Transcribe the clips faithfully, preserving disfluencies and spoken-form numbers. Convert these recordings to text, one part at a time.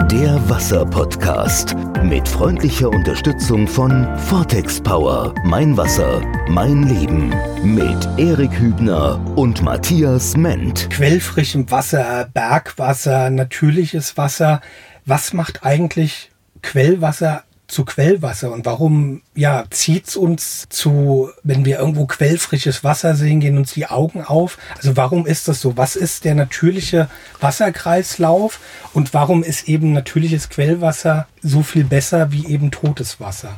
Der Wasser-Podcast mit freundlicher Unterstützung von Vortex Power. Mein Wasser, mein Leben. Mit Erik Hübner und Matthias Ment. Quellfrischem Wasser, Bergwasser, natürliches Wasser. Was macht eigentlich Quellwasser zu Quellwasser und warum ja, zieht es uns zu, wenn wir irgendwo quellfrisches Wasser sehen, gehen uns die Augen auf? Also warum ist das so? Was ist der natürliche Wasserkreislauf und warum ist eben natürliches Quellwasser so viel besser wie eben totes Wasser?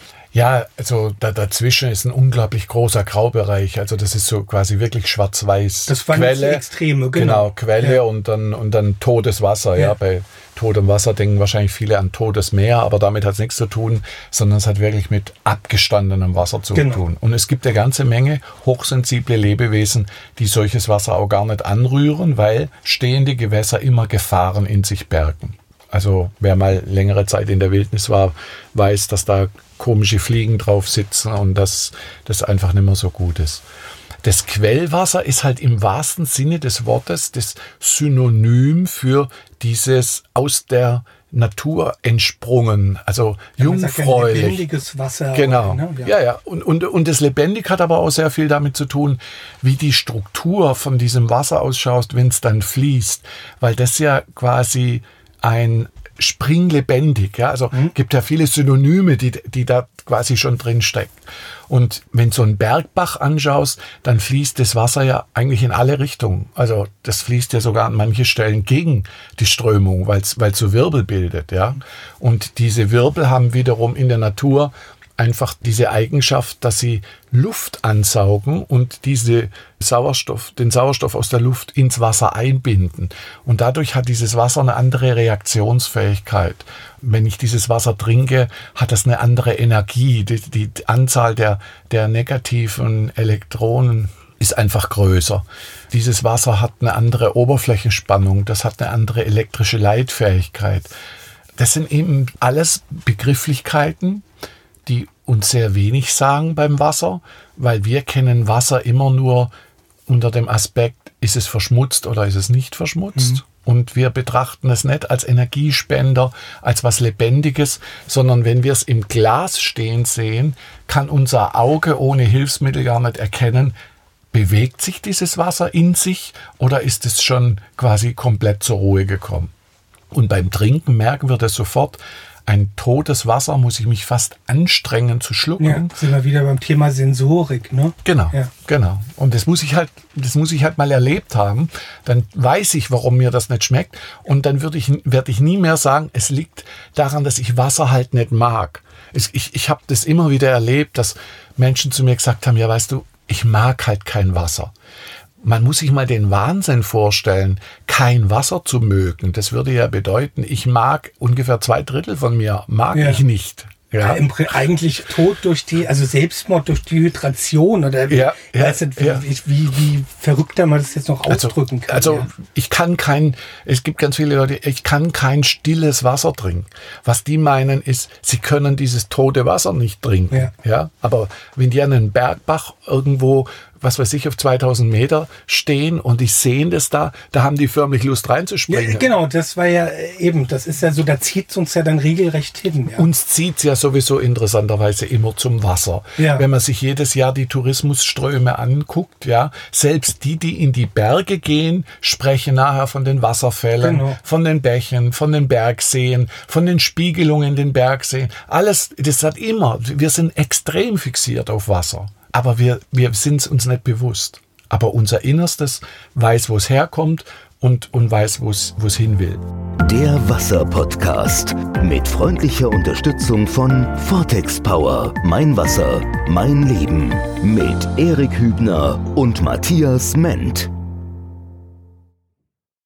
Ja, also da, dazwischen ist ein unglaublich großer Graubereich. Also das ist so quasi wirklich schwarz-weiß. Das waren Quelle, die Extreme, genau. Genau, Quelle ja. und dann und dann totes Wasser. Ja. ja, bei totem Wasser denken wahrscheinlich viele an totes Meer, aber damit hat es nichts zu tun, sondern es hat wirklich mit abgestandenem Wasser zu genau. tun. Und es gibt eine ganze Menge hochsensible Lebewesen, die solches Wasser auch gar nicht anrühren, weil stehende Gewässer immer Gefahren in sich bergen. Also wer mal längere Zeit in der Wildnis war, weiß, dass da komische Fliegen drauf sitzen und dass das einfach nicht mehr so gut ist. Das Quellwasser ist halt im wahrsten Sinne des Wortes das Synonym für dieses aus der Natur entsprungen, also ja, jungfräulich. Ja, lebendiges Wasser. Genau. Oder, ne? Ja, ja. Und, und, und das lebendig hat aber auch sehr viel damit zu tun, wie die Struktur von diesem Wasser ausschaut, wenn es dann fließt. Weil das ja quasi ein springlebendig, ja, also mhm. gibt ja viele Synonyme, die, die da quasi schon drin steckt. Und wenn du so einen Bergbach anschaust, dann fließt das Wasser ja eigentlich in alle Richtungen. Also das fließt ja sogar an manchen Stellen gegen die Strömung, weil es so Wirbel bildet, ja. Und diese Wirbel haben wiederum in der Natur einfach diese Eigenschaft, dass sie Luft ansaugen und diese Sauerstoff, den Sauerstoff aus der Luft ins Wasser einbinden. Und dadurch hat dieses Wasser eine andere Reaktionsfähigkeit. Wenn ich dieses Wasser trinke, hat das eine andere Energie. Die, die Anzahl der, der negativen Elektronen ist einfach größer. Dieses Wasser hat eine andere Oberflächenspannung, das hat eine andere elektrische Leitfähigkeit. Das sind eben alles Begrifflichkeiten, die uns sehr wenig sagen beim Wasser, weil wir kennen Wasser immer nur unter dem Aspekt, ist es verschmutzt oder ist es nicht verschmutzt? Mhm. Und wir betrachten es nicht als Energiespender, als was Lebendiges, sondern wenn wir es im Glas stehen sehen, kann unser Auge ohne Hilfsmittel gar nicht erkennen, bewegt sich dieses Wasser in sich oder ist es schon quasi komplett zur Ruhe gekommen? Und beim Trinken merken wir das sofort. Ein totes Wasser muss ich mich fast anstrengen zu schlucken. Ja, sind wir wieder beim Thema Sensorik, ne? Genau, ja. genau. Und das muss ich halt, das muss ich halt mal erlebt haben. Dann weiß ich, warum mir das nicht schmeckt. Und dann würde ich, werde ich nie mehr sagen, es liegt daran, dass ich Wasser halt nicht mag. Es, ich ich habe das immer wieder erlebt, dass Menschen zu mir gesagt haben, ja, weißt du, ich mag halt kein Wasser. Man muss sich mal den Wahnsinn vorstellen, kein Wasser zu mögen. Das würde ja bedeuten, ich mag ungefähr zwei Drittel von mir, mag ja. ich nicht. Ja. Ja, eigentlich Tod durch die, also Selbstmord durch Dehydration oder ja, ich ja, weiß nicht, wie, ja. wie, wie verrückter man das jetzt noch ausdrücken kann. Also ja. ich kann kein, es gibt ganz viele Leute, ich kann kein stilles Wasser trinken. Was die meinen ist, sie können dieses tote Wasser nicht trinken. Ja. Ja? Aber wenn die an einem Bergbach irgendwo, was weiß ich, auf zweitausend Meter stehen und die sehen das da, da haben die förmlich Lust reinzuspringen. Ja, genau, das war ja eben, das ist ja so, da zieht es uns ja dann regelrecht hin. Ja. Uns zieht es ja sowieso interessanterweise immer zum Wasser. Ja. Wenn man sich jedes Jahr die Tourismusströme anguckt, ja, selbst die, die in die Berge gehen, sprechen nachher von den Wasserfällen, genau. von den Bächen, von den Bergseen, von den Spiegelungen in den Bergseen. Alles, das hat immer, wir sind extrem fixiert auf Wasser. Aber wir, wir sind es uns nicht bewusst. Aber unser Innerstes weiß, wo es herkommt und, und weiß, wo es hin will. Der Wasser-Podcast mit freundlicher Unterstützung von Vortex Power. Mein Wasser, mein Leben. Mit Erik Hübner und Matthias Ment.